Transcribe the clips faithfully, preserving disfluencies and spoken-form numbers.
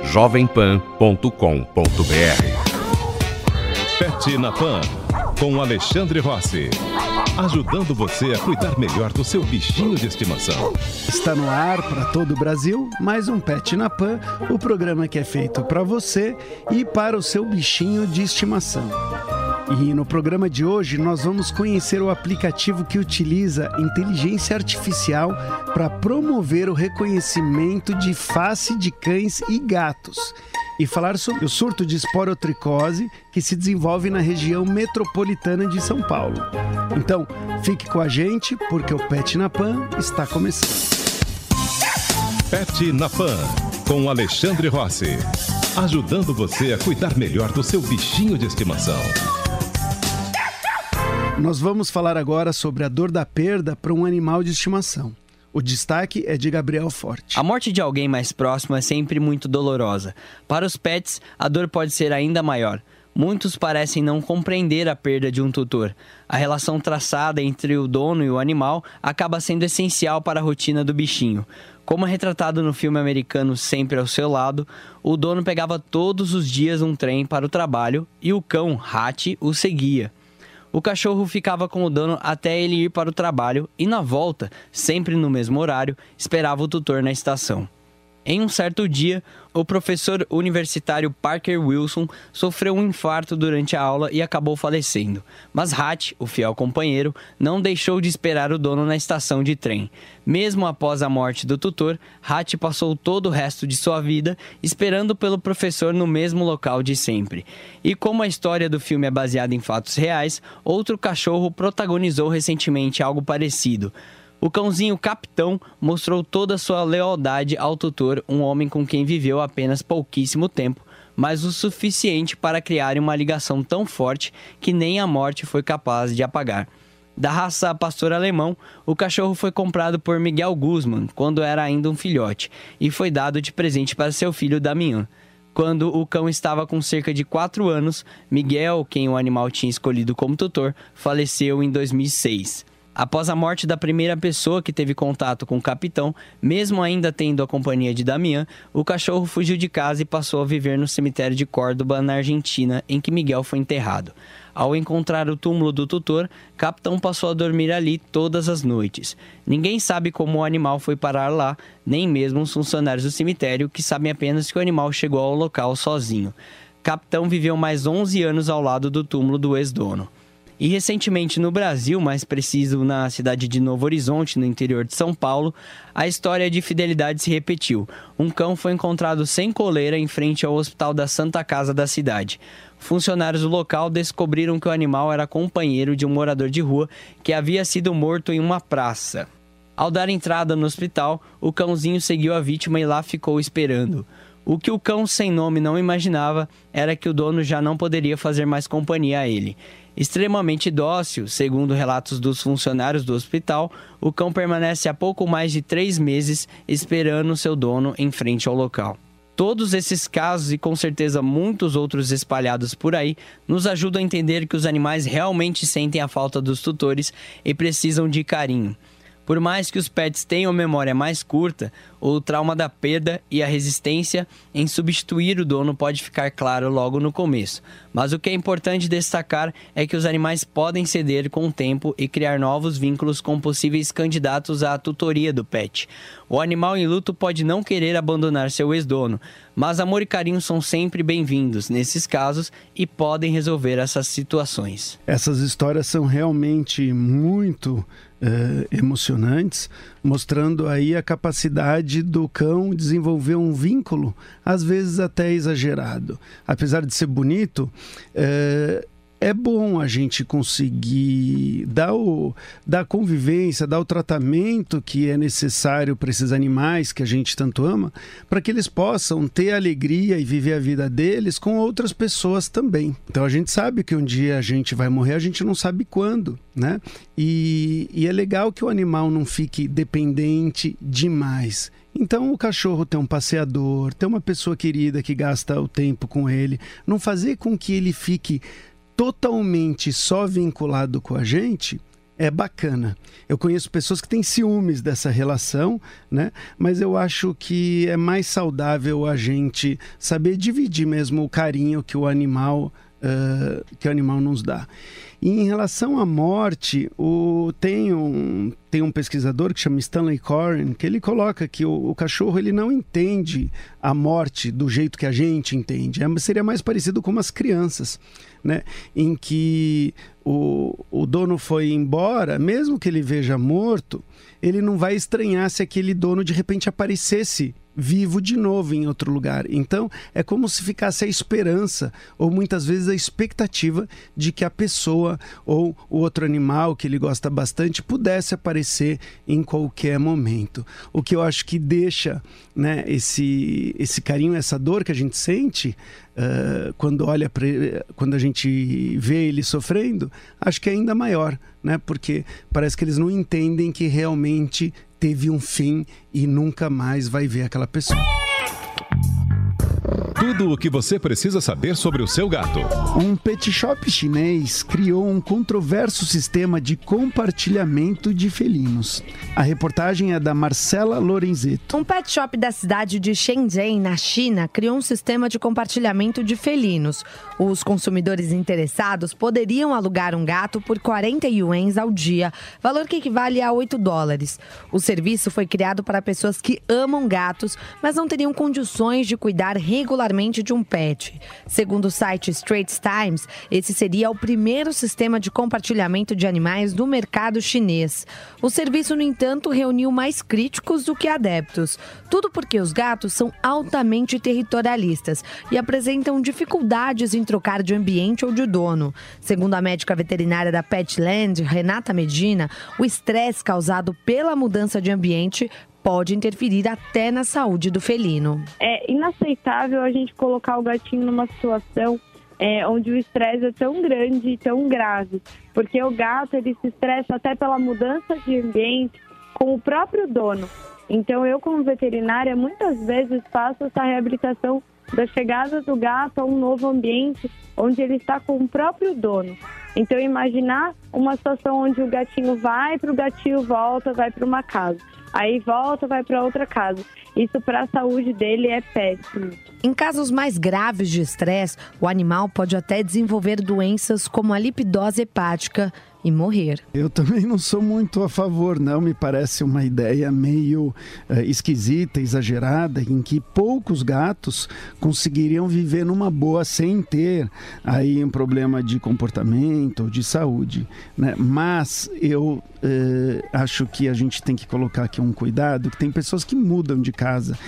jovem pan ponto com ponto b r. Pet na Pan, com Alexandre Rossi. Ajudando você a cuidar melhor do seu bichinho de estimação. Está no ar para todo o Brasil, mais um Pet na Pan, o programa que é feito para você e para o seu bichinho de estimação. E no programa de hoje nós vamos conhecer o aplicativo que utiliza inteligência artificial para promover o reconhecimento de face de cães e gatos. E falar sobre o surto de esporotricose que se desenvolve na região metropolitana de São Paulo. Então, fique com a gente, porque o Pet na Pan está começando. Pet na Pan, com Alexandre Rossi. Ajudando você a cuidar melhor do seu bichinho de estimação. Nós vamos falar agora sobre a dor da perda para um animal de estimação. O destaque é de Gabriel Forte. A morte de alguém mais próximo é sempre muito dolorosa. Para os pets, a dor pode ser ainda maior. Muitos parecem não compreender a perda de um tutor. A relação traçada entre o dono e o animal acaba sendo essencial para a rotina do bichinho. Como é retratado no filme americano Sempre ao Seu Lado, o dono pegava todos os dias um trem para o trabalho e o cão, Hattie, o seguia. O cachorro ficava com o dono até ele ir para o trabalho e, na volta, sempre no mesmo horário, esperava o tutor na estação. Em um certo dia, o professor universitário Parker Wilson sofreu um infarto durante a aula e acabou falecendo. Mas Hattie, o fiel companheiro, não deixou de esperar o dono na estação de trem. Mesmo após a morte do tutor, Hattie passou todo o resto de sua vida esperando pelo professor no mesmo local de sempre. E como a história do filme é baseada em fatos reais, outro cachorro protagonizou recentemente algo parecido. O cãozinho Capitão mostrou toda a sua lealdade ao tutor, um homem com quem viveu apenas pouquíssimo tempo, mas o suficiente para criar uma ligação tão forte que nem a morte foi capaz de apagar. Da raça pastor alemão, o cachorro foi comprado por Miguel Guzman quando era ainda um filhote e foi dado de presente para seu filho Damian. Quando o cão estava com cerca de quatro anos, Miguel, quem o animal tinha escolhido como tutor, faleceu em dois mil e seis. Após a morte da primeira pessoa que teve contato com o capitão, mesmo ainda tendo a companhia de Damian, o cachorro fugiu de casa e passou a viver no cemitério de Córdoba, na Argentina, em que Miguel foi enterrado. Ao encontrar o túmulo do tutor, Capitão passou a dormir ali todas as noites. Ninguém sabe como o animal foi parar lá, nem mesmo os funcionários do cemitério, que sabem apenas que o animal chegou ao local sozinho. Capitão viveu mais onze anos ao lado do túmulo do ex-dono. E recentemente no Brasil, mais preciso na cidade de Novo Horizonte, no interior de São Paulo, a história de fidelidade se repetiu. Um cão foi encontrado sem coleira em frente ao hospital da Santa Casa da cidade. Funcionários do local descobriram que o animal era companheiro de um morador de rua que havia sido morto em uma praça. Ao dar entrada no hospital, o cãozinho seguiu a vítima e lá ficou esperando. O que o cão sem nome não imaginava era que o dono já não poderia fazer mais companhia a ele. Extremamente dócil, segundo relatos dos funcionários do hospital, o cão permanece há pouco mais de três meses esperando seu dono em frente ao local. Todos esses casos e com certeza muitos outros espalhados por aí nos ajudam a entender que os animais realmente sentem a falta dos tutores e precisam de carinho. Por mais que os pets tenham memória mais curta, o trauma da perda e a resistência em substituir o dono pode ficar claro logo no começo. Mas o que é importante destacar é que os animais podem ceder com o tempo e criar novos vínculos com possíveis candidatos à tutoria do pet. O animal em luto pode não querer abandonar seu ex-dono, mas amor e carinho são sempre bem-vindos nesses casos e podem resolver essas situações. Essas histórias são realmente muito Uh, emocionantes, mostrando aí a capacidade do cão desenvolver um vínculo, às vezes até exagerado. Apesar de ser bonito, uh, é bom a gente conseguir dar, o, dar a convivência, dar o tratamento que é necessário para esses animais que a gente tanto ama, para que eles possam ter alegria e viver a vida deles com outras pessoas também. Então a gente sabe que um dia a gente vai morrer, a gente não sabe quando, né? E, e é legal que o animal não fique dependente demais. Então o cachorro tem um passeador, tem uma pessoa querida que gasta o tempo com ele, não fazer com que ele fique totalmente só vinculado com a gente, é bacana. Eu conheço pessoas que têm ciúmes dessa relação, né? Mas eu acho que é mais saudável a gente saber dividir mesmo o carinho que o animal, uh, que o animal nos dá. E em relação à morte, o, tem, um, tem um pesquisador que chama Stanley Coren, que ele coloca que o, o cachorro ele não entende a morte do jeito que a gente entende. É, seria mais parecido com as crianças, né? Em que o, o dono foi embora, mesmo que ele veja morto, ele não vai estranhar se aquele dono de repente aparecesse vivo de novo em outro lugar. Então, é como se ficasse a esperança, ou muitas vezes a expectativa de que a pessoa ou o outro animal que ele gosta bastante pudesse aparecer em qualquer momento. O que eu acho que deixa, né, esse, esse carinho, essa dor que a gente sente uh, quando olha pra, quando a gente vê ele sofrendo, acho que é ainda maior, né? Porque parece que eles não entendem que realmente teve um fim e nunca mais vai ver aquela pessoa. Tudo o que você precisa saber sobre o seu gato. Um pet shop chinês criou um controverso sistema de compartilhamento de felinos. A reportagem é da Marcela Lorenzetto. Um pet shop da cidade de Shenzhen, na China, criou um sistema de compartilhamento de felinos. Os consumidores interessados poderiam alugar um gato por quarenta yuans ao dia, valor que equivale a oito dólares. O serviço foi criado para pessoas que amam gatos, mas não teriam condições de cuidar regularmente de um pet. Segundo o site Straits Times, esse seria o primeiro sistema de compartilhamento de animais no mercado chinês. O serviço, no entanto, reuniu mais críticos do que adeptos. Tudo porque os gatos são altamente territorialistas e apresentam dificuldades em trocar de ambiente ou de dono. Segundo a médica veterinária da Petland, Renata Medina, o estresse causado pela mudança de ambiente pode interferir até na saúde do felino. É inaceitável a gente colocar o gatinho numa situação é, onde o estresse é tão grande e tão grave, porque o gato ele se estressa até pela mudança de ambiente com o próprio dono. Então eu, como veterinária, muitas vezes faço essa reabilitação da chegada do gato a um novo ambiente onde ele está com o próprio dono. Então imaginar uma situação onde o gatinho vai para o gatinho, volta, vai para uma casa. Aí volta, vai para outra casa. Isso para a saúde dele é péssimo. Em casos mais graves de estresse, o animal pode até desenvolver doenças como a lipidose hepática e morrer. Eu também não sou muito a favor, não. Me parece uma ideia meio uh, esquisita, exagerada, em que poucos gatos conseguiriam viver numa boa sem ter aí um problema de comportamento ou de saúde, né? Mas eu uh, acho que a gente tem que colocar aqui um cuidado, que tem pessoas que mudam de casa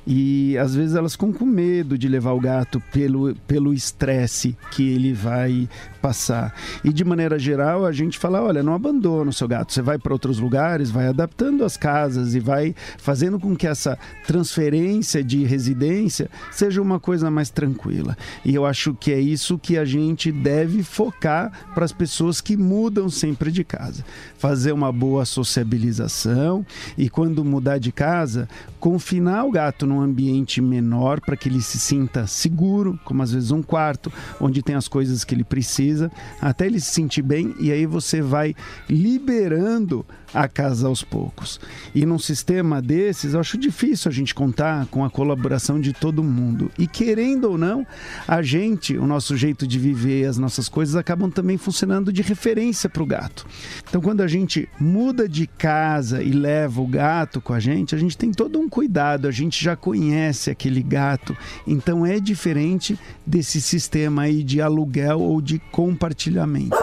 e às vezes elas ficam com medo de levar o gato pelo pelo estresse que ele vai passar. E de maneira geral, a gente fala, olha, não abandona o seu gato, você vai para outros lugares, vai adaptando as casas e vai fazendo com que essa transferência de residência seja uma coisa mais tranquila. E eu acho que é isso que a gente deve focar para as pessoas que mudam sempre de casa. Fazer uma boa sociabilização e quando mudar de casa, confinar o gato num ambiente menor para que ele se sinta seguro, como às vezes um quarto, onde tem as coisas que ele precisa, até ele se sentir bem, e aí você vai liberando a casa aos poucos. E num sistema desses, eu acho difícil a gente contar com a colaboração de todo mundo. E querendo ou não, a gente, o nosso jeito de viver, as nossas coisas acabam também funcionando de referência para o gato. Então, quando a gente muda de casa e leva o gato com a gente, a gente tem todo um cuidado, a gente já conhece aquele gato. Então, é diferente desse sistema aí de aluguel ou de compartilhamento.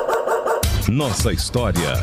Nossa história.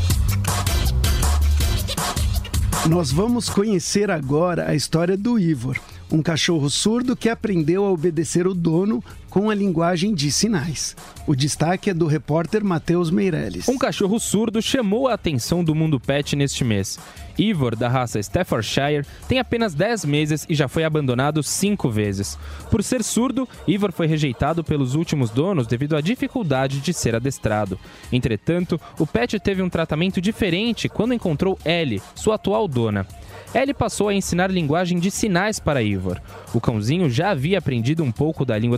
Nós vamos conhecer agora a história do Ivor, um cachorro surdo que aprendeu a obedecer o dono com a linguagem de sinais. O destaque é do repórter Matheus Meirelles. Um cachorro surdo chamou a atenção do mundo pet neste mês. Ivor, da raça Staffordshire, tem apenas dez meses e já foi abandonado cinco vezes. Por ser surdo, Ivor foi rejeitado pelos últimos donos devido à dificuldade de ser adestrado. Entretanto, o pet teve um tratamento diferente quando encontrou Ellie, sua atual dona. Ellie passou a ensinar linguagem de sinais para Ivor. O cãozinho já havia aprendido um pouco da língua dos sinais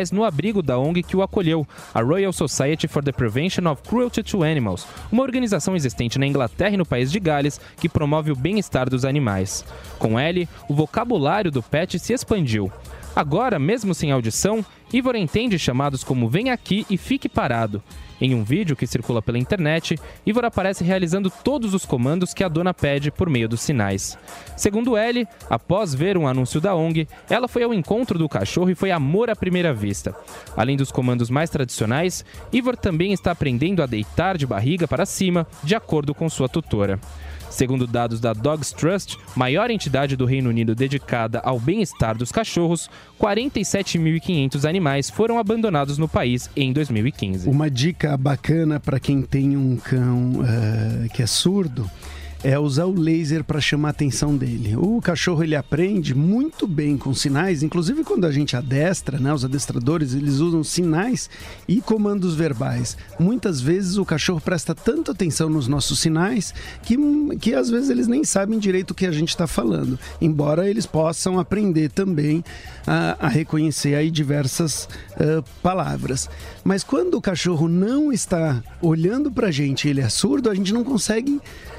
animais no abrigo da O N G que o acolheu, a Royal Society for the Prevention of Cruelty to Animals, uma organização existente na Inglaterra e no país de Gales que promove o bem-estar dos animais. Com Ellie, o vocabulário do pet se expandiu. Agora, mesmo sem audição, Ivor entende chamados como "vem aqui e fique parado". Em um vídeo que circula pela internet, Ivor aparece realizando todos os comandos que a dona pede por meio dos sinais. Segundo Ellie, após ver um anúncio da O N G, ela foi ao encontro do cachorro e foi amor à primeira vista. Além dos comandos mais tradicionais, Ivor também está aprendendo a deitar de barriga para cima, de acordo com sua tutora. Segundo dados da Dogs Trust, maior entidade do Reino Unido dedicada ao bem-estar dos cachorros, quarenta e sete mil e quinhentos animais foram abandonados no país em dois mil e quinze. Uma dica bacana para quem tem um cão uh, que é surdo é usar o laser para chamar a atenção dele. O cachorro ele aprende muito bem com sinais, inclusive quando a gente adestra, né, os adestradores eles usam sinais e comandos verbais. Muitas vezes o cachorro presta tanta atenção nos nossos sinais que, que às vezes eles nem sabem direito o que a gente está falando, embora eles possam aprender também a, a reconhecer aí diversas uh, palavras. Mas quando o cachorro não está olhando para a gente e ele é surdo, a gente não consegue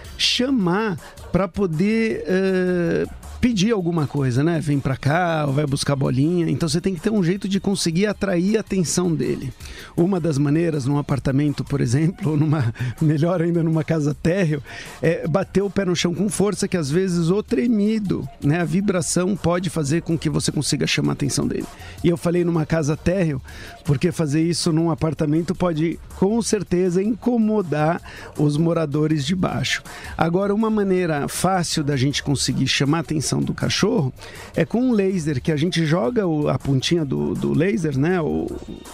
chamar para poder uh, pedir alguma coisa, né? Vem para cá, ou vai buscar bolinha. Então você tem que ter um jeito de conseguir atrair a atenção dele. Uma das maneiras, num apartamento, por exemplo, ou numa, melhor ainda numa casa térreo, é bater o pé no chão com força, que às vezes o tremido, né? A vibração pode fazer com que você consiga chamar a atenção dele. E eu falei numa casa térreo, porque fazer isso num apartamento pode, com certeza, incomodar os moradores de baixo. Agora, uma maneira fácil da gente conseguir chamar a atenção do cachorro é com um laser, que a gente joga o, a pontinha do, do laser, né? O,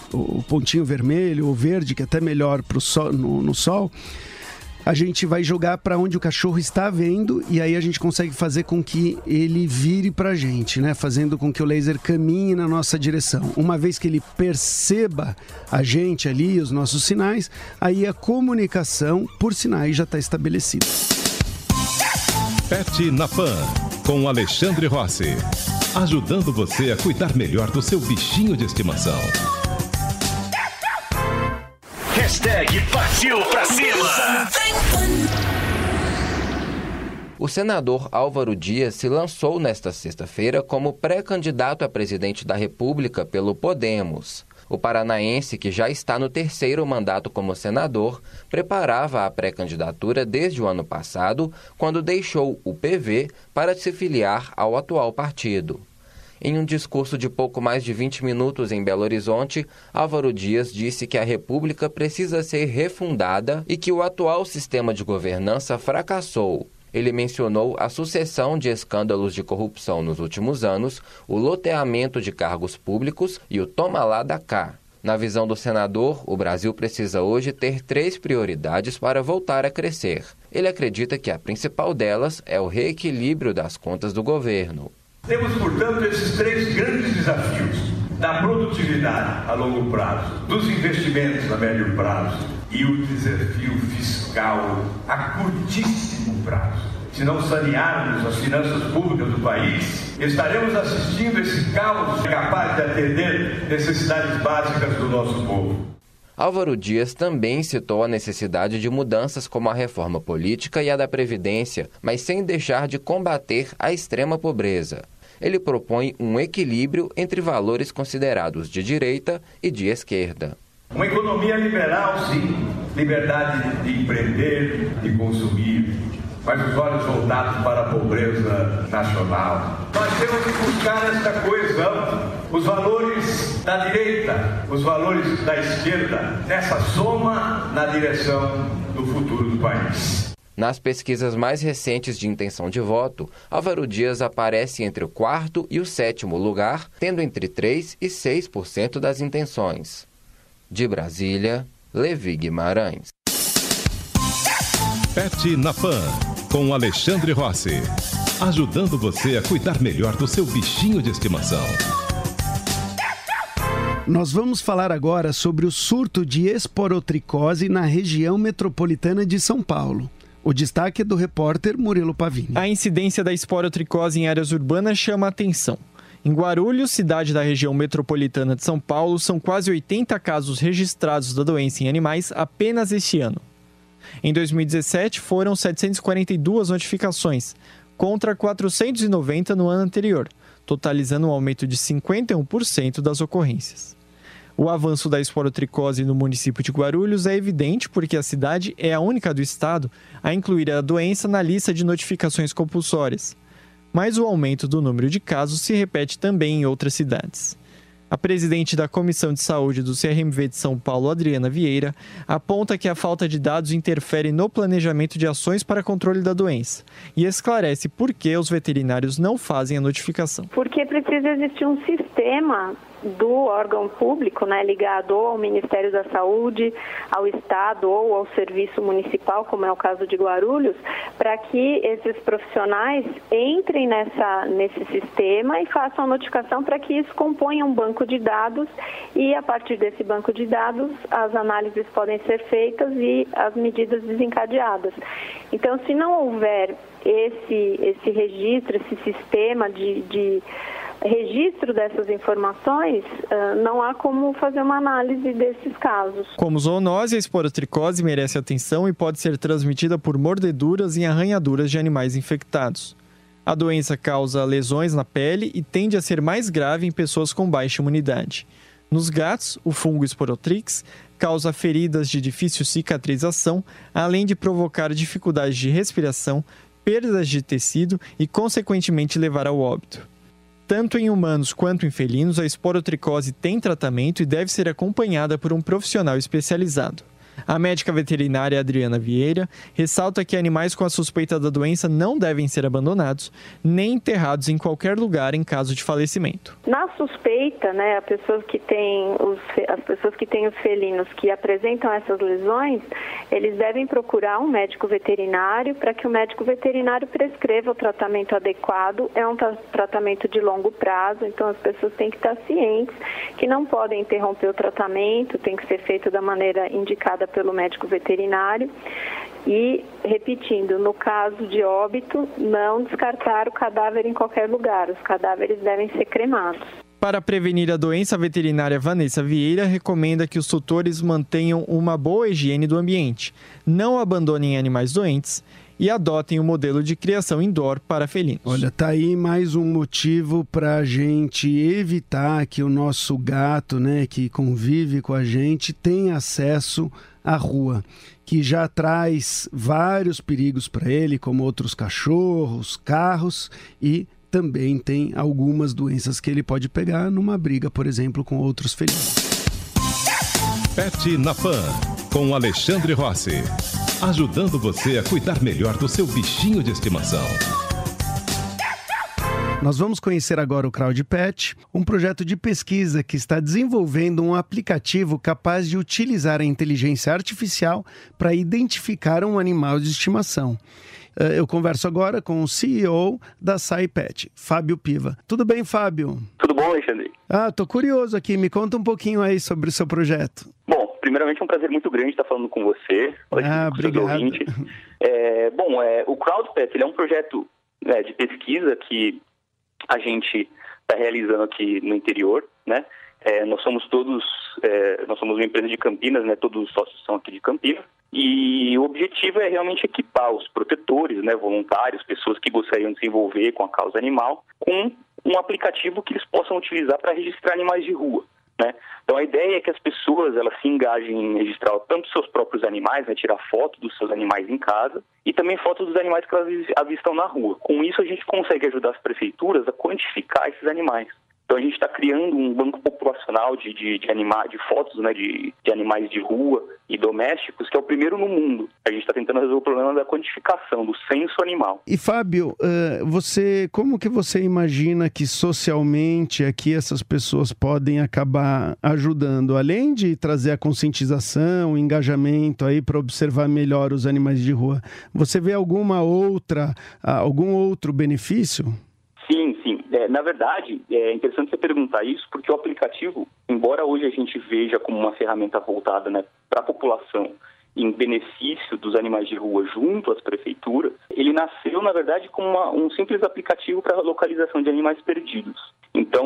o pontinho vermelho ou verde, que é até melhor pro sol, no, no sol. A gente vai jogar para onde o cachorro está vendo e aí a gente consegue fazer com que ele vire para a gente, né? Fazendo com que o laser caminhe na nossa direção. Uma vez que ele perceba a gente ali, os nossos sinais, aí a comunicação por sinais já está estabelecida. Pet na Pan, com Alexandre Rossi. Ajudando você a cuidar melhor do seu bichinho de estimação. Hashtag partiu pra cima. O senador Álvaro Dias se lançou nesta sexta-feira como pré-candidato a presidente da República pelo Podemos. O paranaense, que já está no terceiro mandato como senador, preparava a pré-candidatura desde o ano passado, quando deixou o P V para se filiar ao atual partido. Em um discurso de pouco mais de vinte minutos em Belo Horizonte, Álvaro Dias disse que a República precisa ser refundada e que o atual sistema de governança fracassou. Ele mencionou a sucessão de escândalos de corrupção nos últimos anos, o loteamento de cargos públicos e o toma lá da cá. Na visão do senador, o Brasil precisa hoje ter três prioridades para voltar a crescer. Ele acredita que a principal delas é o reequilíbrio das contas do governo. Temos, portanto, esses três grandes desafios: da produtividade a longo prazo, dos investimentos a médio prazo e o desafio fiscal a curtíssimo prazo. Se não sanearmos as finanças públicas do país, estaremos assistindo esse caos capaz de atender necessidades básicas do nosso povo. Álvaro Dias também citou a necessidade de mudanças como a reforma política e a da Previdência, mas sem deixar de combater a extrema pobreza. Ele propõe um equilíbrio entre valores considerados de direita e de esquerda. Uma economia liberal, sim, liberdade de empreender, de consumir, mas os olhos voltados para a pobreza nacional. Nós temos que buscar esta coesão, os valores da direita, os valores da esquerda, nessa soma na direção do futuro do país. Nas pesquisas mais recentes de intenção de voto, Álvaro Dias aparece entre o quarto e o sétimo lugar, tendo entre três e seis por cento das intenções. De Brasília, Levi Guimarães. Pet na Pan, com Alexandre Rossi. Ajudando você a cuidar melhor do seu bichinho de estimação. Nós vamos falar agora sobre o surto de esporotricose na região metropolitana de São Paulo. O destaque é do repórter Murilo Pavini. A incidência da esporotricose em áreas urbanas chama a atenção. Em Guarulhos, cidade da região metropolitana de São Paulo, são quase oitenta casos registrados da doença em animais apenas este ano. Em dois mil e dezessete, foram setecentas e quarenta e duas notificações, contra quatrocentos e noventa no ano anterior, totalizando um aumento de cinquenta e um por cento das ocorrências. O avanço da esporotricose no município de Guarulhos é evidente porque a cidade é a única do estado a incluir a doença na lista de notificações compulsórias. Mas o aumento do número de casos se repete também em outras cidades. A presidente da Comissão de Saúde do C R M V de São Paulo, Adriana Vieira, aponta que a falta de dados interfere no planejamento de ações para controle da doença e esclarece por que os veterinários não fazem a notificação. Porque precisa existir um sistema do órgão público, né, ligado ao Ministério da Saúde, ao Estado ou ao Serviço Municipal, como é o caso de Guarulhos, para que esses profissionais entrem nessa, nesse sistema e façam a notificação para que isso componha um banco de dados e, a partir desse banco de dados, as análises podem ser feitas e as medidas desencadeadas. Então, se não houver esse, esse registro, esse sistema de, de registro dessas informações, não há como fazer uma análise desses casos. Como zoonose, a esporotricose merece atenção e pode ser transmitida por mordeduras e arranhaduras de animais infectados. A doença causa lesões na pele e tende a ser mais grave em pessoas com baixa imunidade. Nos gatos, o fungo Sporotrix causa feridas de difícil cicatrização, além de provocar dificuldades de respiração, perdas de tecido e, consequentemente, levar ao óbito. Tanto em humanos quanto em felinos, a esporotricose tem tratamento e deve ser acompanhada por um profissional especializado. A médica veterinária Adriana Vieira ressalta que animais com a suspeita da doença não devem ser abandonados nem enterrados em qualquer lugar em caso de falecimento. Na suspeita, né, a pessoa que tem os, as pessoas que têm os felinos que apresentam essas lesões, eles devem procurar um médico veterinário para que o médico veterinário prescreva o tratamento adequado. É um tra- tratamento de longo prazo, então as pessoas têm que estar cientes que não podem interromper o tratamento, tem que ser feito da maneira indicada pelo médico veterinário e, repetindo, no caso de óbito, não descartar o cadáver em qualquer lugar. Os cadáveres devem ser cremados. Para prevenir a doença, a veterinária Vanessa Vieira recomenda que os tutores mantenham uma boa higiene do ambiente, não abandonem animais doentes e adotem o um modelo de criação indoor para felinos. Olha, tá aí mais um motivo para a gente evitar que o nosso gato, né, que convive com a gente, tenha acesso à rua, que já traz vários perigos para ele, como outros cachorros, carros, e também tem algumas doenças que ele pode pegar numa briga, por exemplo, com outros felinos. Pet na Pan, com Alexandre Rossi. Ajudando você a cuidar melhor do seu bichinho de estimação. Nós vamos conhecer agora o CrowdPet, um projeto de pesquisa que está desenvolvendo um aplicativo capaz de utilizar a inteligência artificial para identificar um animal de estimação. Eu converso agora com o C E O da SciPet, Fábio Piva. Tudo bem, Fábio? Tudo bom, Alexandre? Ah, tô curioso aqui. Me conta um pouquinho aí sobre o seu projeto. Bom, primeiramente é um prazer muito grande estar falando com você. Ah, obrigado. É, bom, é, o CrowdPet ele é um projeto, né, de pesquisa que a gente está realizando aqui no interior, né? É, nós somos todos, é, nós somos uma empresa de Campinas, né? Todos os sócios são aqui de Campinas. E o objetivo é realmente equipar os protetores, né, voluntários, pessoas que gostariam de se envolver com a causa animal, com um aplicativo que eles possam utilizar para registrar animais de rua, né? Então a ideia é que as pessoas elas se engajem em registrar tanto seus próprios animais, né, tirar foto dos seus animais em casa e também fotos dos animais que elas avistam na rua. Com isso a gente consegue ajudar as prefeituras a quantificar esses animais. Então a gente está criando um banco populacional de, de, de, anima, de fotos, né, de, de animais de rua e domésticos, que é o primeiro no mundo. A gente está tentando resolver o problema da quantificação, do censo animal. E Fábio, você, como que você imagina que socialmente aqui essas pessoas podem acabar ajudando? Além de trazer a conscientização, o engajamento aí para observar melhor os animais de rua, você vê alguma outra, algum outro benefício? Sim, sim. É, na verdade, é interessante você perguntar isso, porque o aplicativo, embora hoje a gente veja como uma ferramenta voltada, né, para a população em benefício dos animais de rua junto às prefeituras, ele nasceu, na verdade, como uma, um simples aplicativo para a localização de animais perdidos. Então,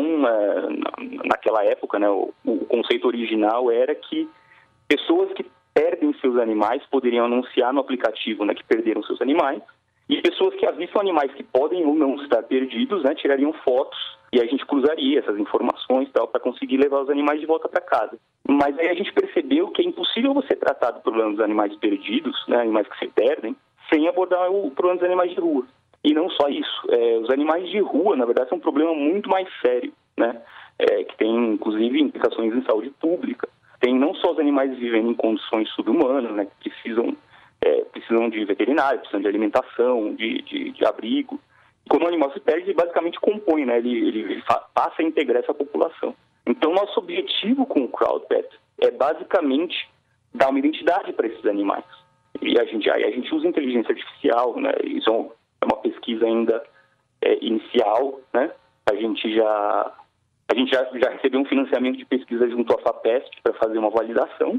é, naquela época, né, o, o conceito original era que pessoas que perdem seus animais poderiam anunciar no aplicativo, né, que perderam seus animais, e pessoas que avistam animais que podem ou não estar perdidos, né, tirariam fotos e a gente cruzaria essas informações para conseguir levar os animais de volta para casa. Mas aí a gente percebeu que é impossível você tratar do problema dos animais perdidos, né, animais que se perdem, sem abordar o problema dos animais de rua. E não só isso, é, os animais de rua, na verdade, são um problema muito mais sério, né, é, que tem, inclusive, implicações em saúde pública. Tem não só os animais vivendo em condições subhumanas, né, que precisam, é, precisam de veterinário, precisam de alimentação, de, de, de abrigo. Quando o animal se perde, ele basicamente compõe, né, ele, ele, ele passa a integrar essa população. Então, nosso objetivo com o CrowdPet é basicamente dar uma identidade para esses animais. E a gente, aí a gente usa inteligência artificial, né, isso é uma pesquisa ainda é, inicial, né, a gente já... A gente já, já recebeu um financiamento de pesquisa junto à FAPESP para fazer uma validação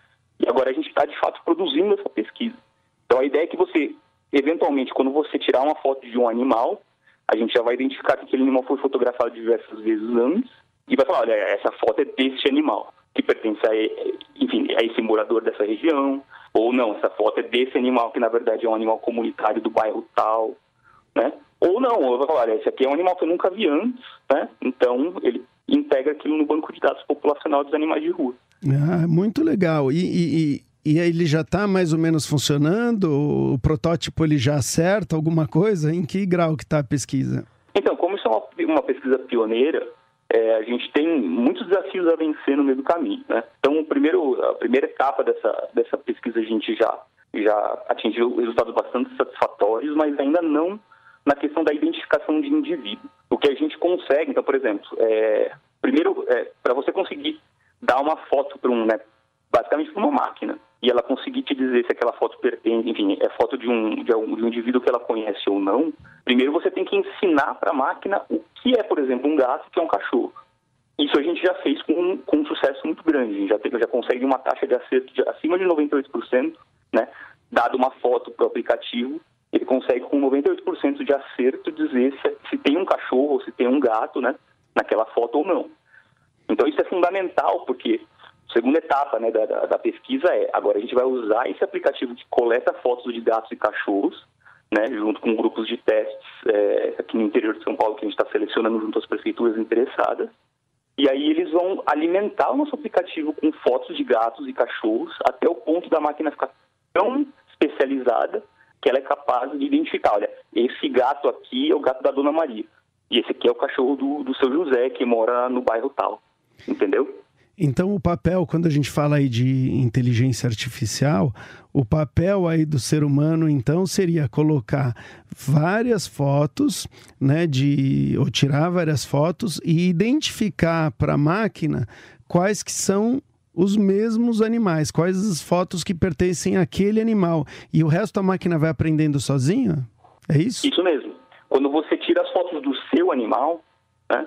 e agora a gente está, de fato, produzindo essa pesquisa. Então, a ideia é que você, eventualmente, quando você tirar uma foto de um animal, a gente já vai identificar que aquele animal foi fotografado diversas vezes antes e vai falar, olha, essa foto é deste animal, que pertence a, enfim, a esse morador dessa região, ou não, essa foto é desse animal, que na verdade é um animal comunitário do bairro tal, né? Ou não, eu vou falar, esse aqui é um animal que eu nunca vi antes, né? Então, ele integra aquilo no banco de dados populacional dos animais de rua. Ah, muito legal. E, e, e ele já está mais ou menos funcionando? O protótipo ele já acerta alguma coisa? Em que grau que está a pesquisa? Então, como isso é uma, uma pesquisa pioneira, é, a gente tem muitos desafios a vencer no meio do caminho, né? Então, o primeiro, a primeira etapa dessa, dessa pesquisa a gente já, já atingiu resultados bastante satisfatórios, mas ainda não na questão da identificação de indivíduo. O que a gente consegue, então, por exemplo, é, primeiro, é, para você conseguir dar uma foto para um, né, basicamente para uma máquina, e ela conseguir te dizer se aquela foto pertence, enfim, é foto de um, de um, de um indivíduo que ela conhece ou não, primeiro você tem que ensinar para a máquina o que é, por exemplo, um gato e o que é um cachorro. Isso a gente já fez com, com um sucesso muito grande, a gente já, tem, já consegue uma taxa de acerto de acima de noventa e oito por cento, né, dado uma foto para o aplicativo, ele consegue com noventa e oito por cento de acerto dizer se, se tem um cachorro ou se tem um gato, né, naquela foto ou não. Então isso é fundamental, porque a segunda etapa, né, da, da, da pesquisa é, agora a gente vai usar esse aplicativo que coleta fotos de gatos e cachorros, né, junto com grupos de testes é, aqui no interior de São Paulo, que a gente está selecionando junto às prefeituras interessadas, e aí eles vão alimentar o nosso aplicativo com fotos de gatos e cachorros até o ponto da máquina ficar tão especializada que ela é capaz de identificar, olha, esse gato aqui é o gato da Dona Maria, e esse aqui é o cachorro do, do seu José, que mora no bairro tal, entendeu? Então o papel, quando a gente fala aí de inteligência artificial, o papel aí do ser humano, então, seria colocar várias fotos, né, de, ou tirar várias fotos e identificar para a máquina quais que são os mesmos animais, quais as fotos que pertencem àquele animal. E o resto a máquina vai aprendendo sozinha? É isso? Isso mesmo. Quando você tira as fotos do seu animal, né,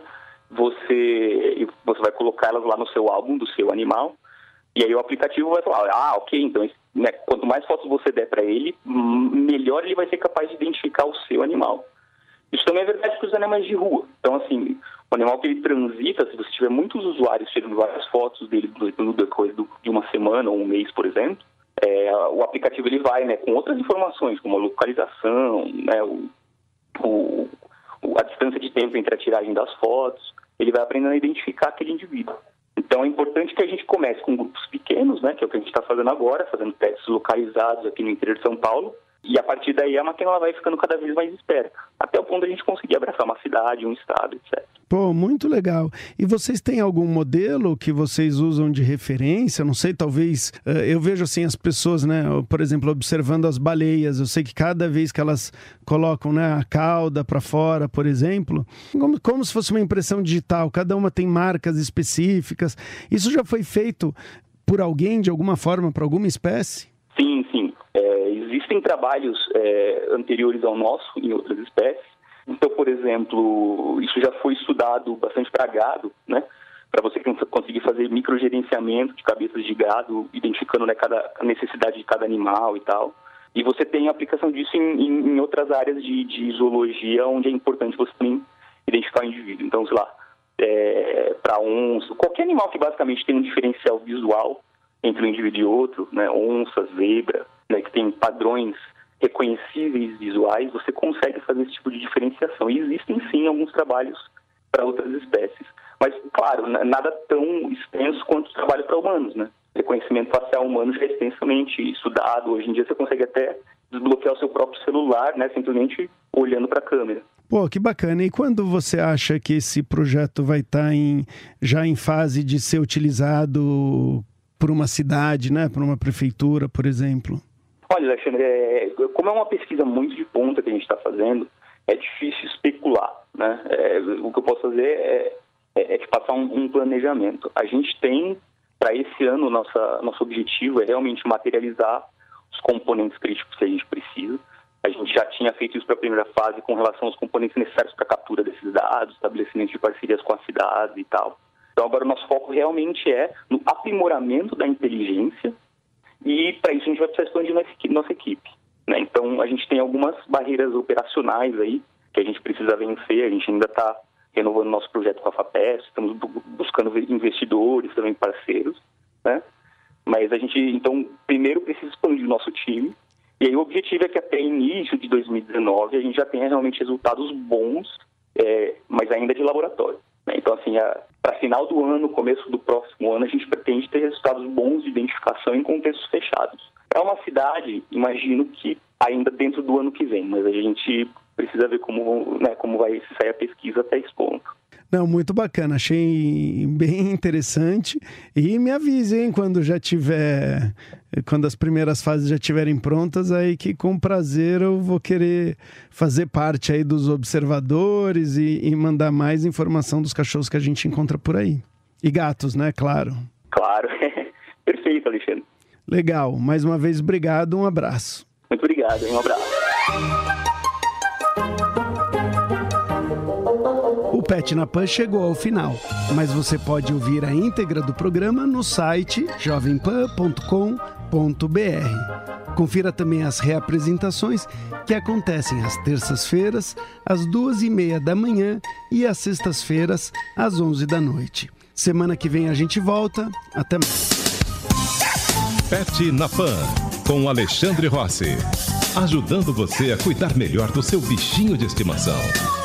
você, você vai colocar elas lá no seu álbum do seu animal, e aí o aplicativo vai falar, ah, ok, então, né, quanto mais fotos você der para ele, melhor ele vai ser capaz de identificar o seu animal. Isso também é verdade para os animais de rua. Então, assim, o animal que ele transita, se você tiver muitos usuários tirando várias fotos dele no decorrer de uma semana ou um mês, por exemplo, é, o aplicativo ele vai, né, com outras informações, como a localização, né, o, o, a distância de tempo entre a tiragem das fotos, ele vai aprendendo a identificar aquele indivíduo. Então é importante que a gente comece com grupos pequenos, né, que é o que a gente está fazendo agora, fazendo testes localizados aqui no interior de São Paulo, e a partir daí a máquina ela vai ficando cada vez mais esperta, até o ponto de a gente conseguir abraçar uma cidade, um estado, etcétera. Pô, muito legal. E vocês têm algum modelo que vocês usam de referência? Não sei, talvez, eu vejo assim as pessoas, né, por exemplo, observando as baleias, eu sei que cada vez que elas colocam, né, a cauda para fora, por exemplo, como, como se fosse uma impressão digital, cada uma tem marcas específicas. Isso já foi feito por alguém, de alguma forma, para alguma espécie? Sim, sim. É, existem trabalhos é, anteriores ao nosso em outras espécies. Então, por exemplo, isso já foi estudado bastante para gado, né? para você conseguir fazer microgerenciamento de cabeças de gado, identificando, né, cada, a necessidade de cada animal e tal. E você tem a aplicação disso em, em, em outras áreas de, de zoologia, onde é importante você também identificar o indivíduo. Então, sei lá, é, para onça, qualquer animal que basicamente tem um diferencial visual entre um indivíduo e outro, né, onça, zebra, né, que tem padrões reconhecíveis visuais, você consegue fazer esse tipo de diferenciação. E existem, sim, alguns trabalhos para outras espécies. Mas, claro, nada tão extenso quanto o trabalho para humanos, né? Reconhecimento facial humano já é extensamente estudado. Hoje em dia você consegue até desbloquear o seu próprio celular, né? Simplesmente olhando para a câmera. Pô, que bacana. E quando você acha que esse projeto vai estar em, já em fase de ser utilizado por uma cidade, né? Por uma prefeitura, por exemplo? Olha, Alexandre, é, como é uma pesquisa muito de ponta que a gente está fazendo, é difícil especular, né? É, o que eu posso fazer é, é, é de passar um, um planejamento. A gente tem, para esse ano, nossa, nosso objetivo é realmente materializar os componentes críticos que a gente precisa. A gente já tinha feito isso para a primeira fase com relação aos componentes necessários para a captura desses dados, estabelecimento de parcerias com as cidades e tal. Então, agora o nosso foco realmente é no aprimoramento da inteligência e, para isso, a gente vai precisar expandir nossa, nossa equipe, né? Então, a gente tem algumas barreiras operacionais aí que a gente precisa vencer. A gente ainda está renovando nosso projeto com a FAPESP, estamos buscando investidores, também parceiros, né? Mas a gente, então, primeiro precisa expandir o nosso time. E aí o objetivo é que até início de dois mil e dezenove a gente já tenha realmente resultados bons, é, mas ainda de laboratório, né? Então, assim, para final do ano, começo do próximo ano, a gente pretende ter resultados bons de identificação em contextos fechados. É uma cidade, imagino que ainda dentro do ano que vem, mas a gente precisa ver como, né, como vai sair a pesquisa até esse ponto. Não, muito bacana, achei bem interessante. E me avise, hein, quando já tiver, quando as primeiras fases já estiverem prontas, aí que com prazer eu vou querer fazer parte aí dos observadores e, e mandar mais informação dos cachorros que a gente encontra por aí. E gatos, né, claro. Claro, perfeito, Alexandre. Legal, mais uma vez, obrigado, um abraço. Muito obrigado, um abraço. O Pet na Pan chegou ao final, mas você pode ouvir a íntegra do programa no site jovem pan ponto com ponto b r. Confira também as reapresentações que acontecem às terças-feiras, às duas e meia da manhã e às sextas-feiras, às onze da noite. Semana que vem a gente volta. Até mais. Pet na Pan, com Alexandre Rossi. Ajudando você a cuidar melhor do seu bichinho de estimação.